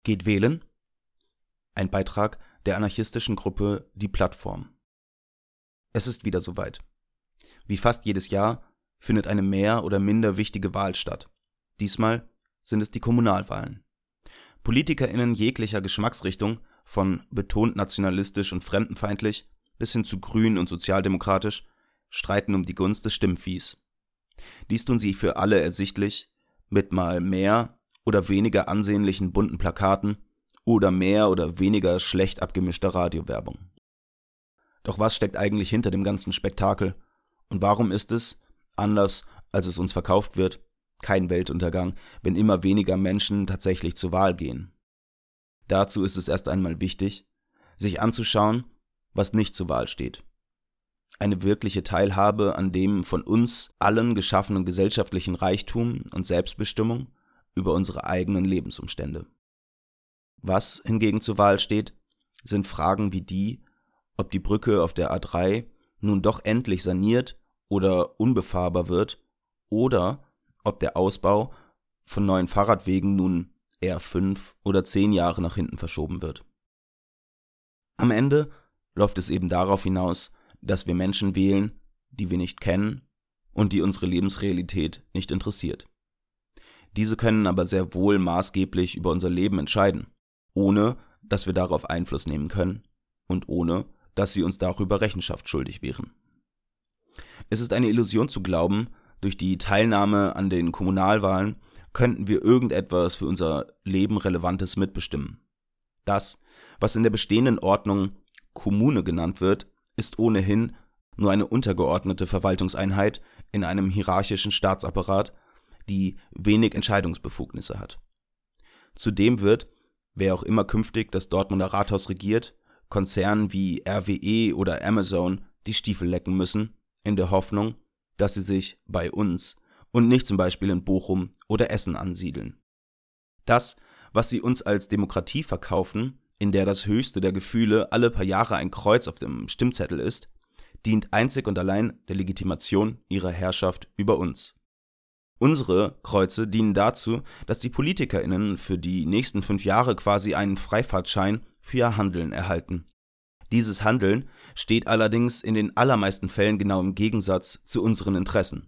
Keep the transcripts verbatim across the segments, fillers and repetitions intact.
Geht wählen? Ein Beitrag der anarchistischen Gruppe Die Plattform. Es ist wieder soweit. Wie fast jedes Jahr findet eine mehr oder minder wichtige Wahl statt. Diesmal sind es die Kommunalwahlen. PolitikerInnen jeglicher Geschmacksrichtung, von betont nationalistisch und fremdenfeindlich bis hin zu grün und sozialdemokratisch, streiten um die Gunst des Stimmviehs. Dies tun sie für alle ersichtlich mit mal mehr oder weniger ansehnlichen bunten Plakaten oder mehr oder weniger schlecht abgemischter Radiowerbung. Doch was steckt eigentlich hinter dem ganzen Spektakel? Und warum ist es, anders als es uns verkauft wird, kein Weltuntergang, wenn immer weniger Menschen tatsächlich zur Wahl gehen? Dazu ist es erst einmal wichtig, sich anzuschauen, was nicht zur Wahl steht. Eine wirkliche Teilhabe an dem von uns allen geschaffenen gesellschaftlichen Reichtum und Selbstbestimmung über unsere eigenen Lebensumstände. Was hingegen zur Wahl steht, sind Fragen wie die, ob die Brücke auf der A drei nun doch endlich saniert oder unbefahrbar wird oder ob der Ausbau von neuen Fahrradwegen nun eher fünf oder zehn Jahre nach hinten verschoben wird. Am Ende läuft es eben darauf hinaus, dass wir Menschen wählen, die wir nicht kennen und die unsere Lebensrealität nicht interessiert. Diese können aber sehr wohl maßgeblich über unser Leben entscheiden, ohne dass wir darauf Einfluss nehmen können und ohne dass sie uns darüber Rechenschaft schuldig wären. Es ist eine Illusion zu glauben, durch die Teilnahme an den Kommunalwahlen könnten wir irgendetwas für unser Leben Relevantes mitbestimmen. Das, was in der bestehenden Ordnung Kommune genannt wird, ist ohnehin nur eine untergeordnete Verwaltungseinheit in einem hierarchischen Staatsapparat, die wenig Entscheidungsbefugnisse hat. Zudem wird, wer auch immer künftig das Dortmunder Rathaus regiert, Konzernen wie R W E oder Amazon die Stiefel lecken müssen, in der Hoffnung, dass sie sich bei uns und nicht zum Beispiel in Bochum oder Essen ansiedeln. Das, was sie uns als Demokratie verkaufen, in der das höchste der Gefühle alle paar Jahre ein Kreuz auf dem Stimmzettel ist, dient einzig und allein der Legitimation ihrer Herrschaft über uns. Unsere Kreuze dienen dazu, dass die PolitikerInnen für die nächsten fünf Jahre quasi einen Freifahrtschein für ihr Handeln erhalten. Dieses Handeln steht allerdings in den allermeisten Fällen genau im Gegensatz zu unseren Interessen.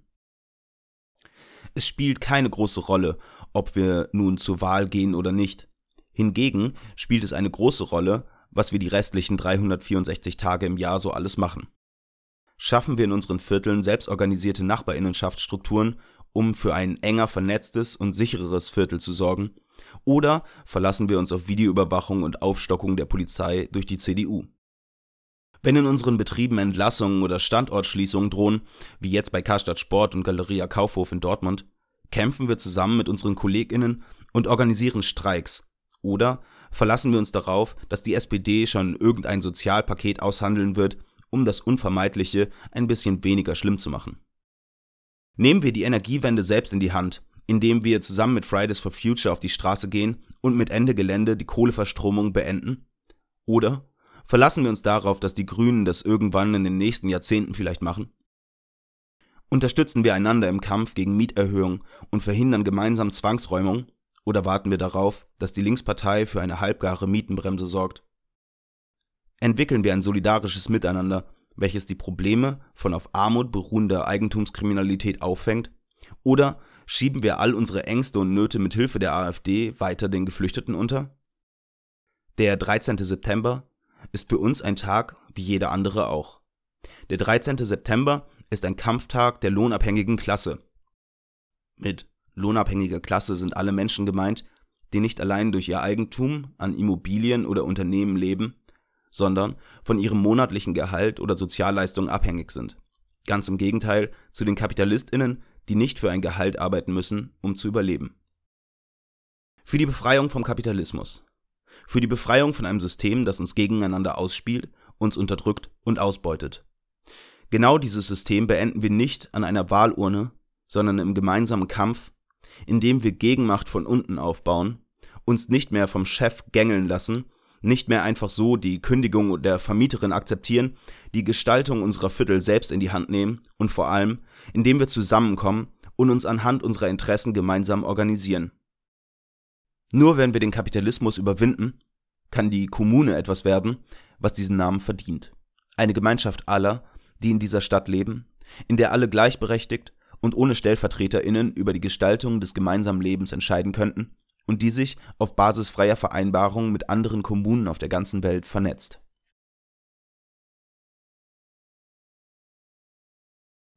Es spielt keine große Rolle, ob wir nun zur Wahl gehen oder nicht. Hingegen spielt es eine große Rolle, was wir die restlichen dreihundertvierundsechzig Tage im Jahr so alles machen. Schaffen wir in unseren Vierteln selbstorganisierte Nachbarinnenschaftsstrukturen, um für ein enger vernetztes und sichereres Viertel zu sorgen, oder verlassen wir uns auf Videoüberwachung und Aufstockung der Polizei durch die C D U? Wenn in unseren Betrieben Entlassungen oder Standortschließungen drohen, wie jetzt bei Karstadt Sport und Galeria Kaufhof in Dortmund, kämpfen wir zusammen mit unseren KollegInnen und organisieren Streiks. Oder verlassen wir uns darauf, dass die S P D schon irgendein Sozialpaket aushandeln wird, um das Unvermeidliche ein bisschen weniger schlimm zu machen. Nehmen wir die Energiewende selbst in die Hand, indem wir zusammen mit Fridays for Future auf die Straße gehen und mit Ende Gelände die Kohleverstromung beenden? Oder verlassen wir uns darauf, dass die Grünen das irgendwann in den nächsten Jahrzehnten vielleicht machen? Unterstützen wir einander im Kampf gegen Mieterhöhung und verhindern gemeinsam Zwangsräumung? Oder warten wir darauf, dass die Linkspartei für eine halbgare Mietenbremse sorgt? Entwickeln wir ein solidarisches Miteinander, welches die Probleme von auf Armut beruhender Eigentumskriminalität auffängt? Oder schieben wir all unsere Ängste und Nöte mit Hilfe der AfD weiter den Geflüchteten unter? Der dreizehnte September ist für uns ein Tag wie jeder andere auch. Der dreizehnte September ist ein Kampftag der lohnabhängigen Klasse. Mit lohnabhängiger Klasse sind alle Menschen gemeint, die nicht allein durch ihr Eigentum an Immobilien oder Unternehmen leben, sondern von ihrem monatlichen Gehalt oder Sozialleistungen abhängig sind. Ganz im Gegenteil zu den KapitalistInnen, die nicht für ein Gehalt arbeiten müssen, um zu überleben. Für die Befreiung vom Kapitalismus. Für die Befreiung von einem System, das uns gegeneinander ausspielt, uns unterdrückt und ausbeutet. Genau dieses System beenden wir nicht an einer Wahlurne, sondern im gemeinsamen Kampf, in dem wir Gegenmacht von unten aufbauen, uns nicht mehr vom Chef gängeln lassen, nicht mehr einfach so die Kündigung der Vermieterin akzeptieren, die Gestaltung unserer Viertel selbst in die Hand nehmen und vor allem, indem wir zusammenkommen und uns anhand unserer Interessen gemeinsam organisieren. Nur wenn wir den Kapitalismus überwinden, kann die Kommune etwas werden, was diesen Namen verdient. Eine Gemeinschaft aller, die in dieser Stadt leben, in der alle gleichberechtigt und ohne StellvertreterInnen über die Gestaltung des gemeinsamen Lebens entscheiden könnten und die sich auf Basis freier Vereinbarungen mit anderen Kommunen auf der ganzen Welt vernetzt.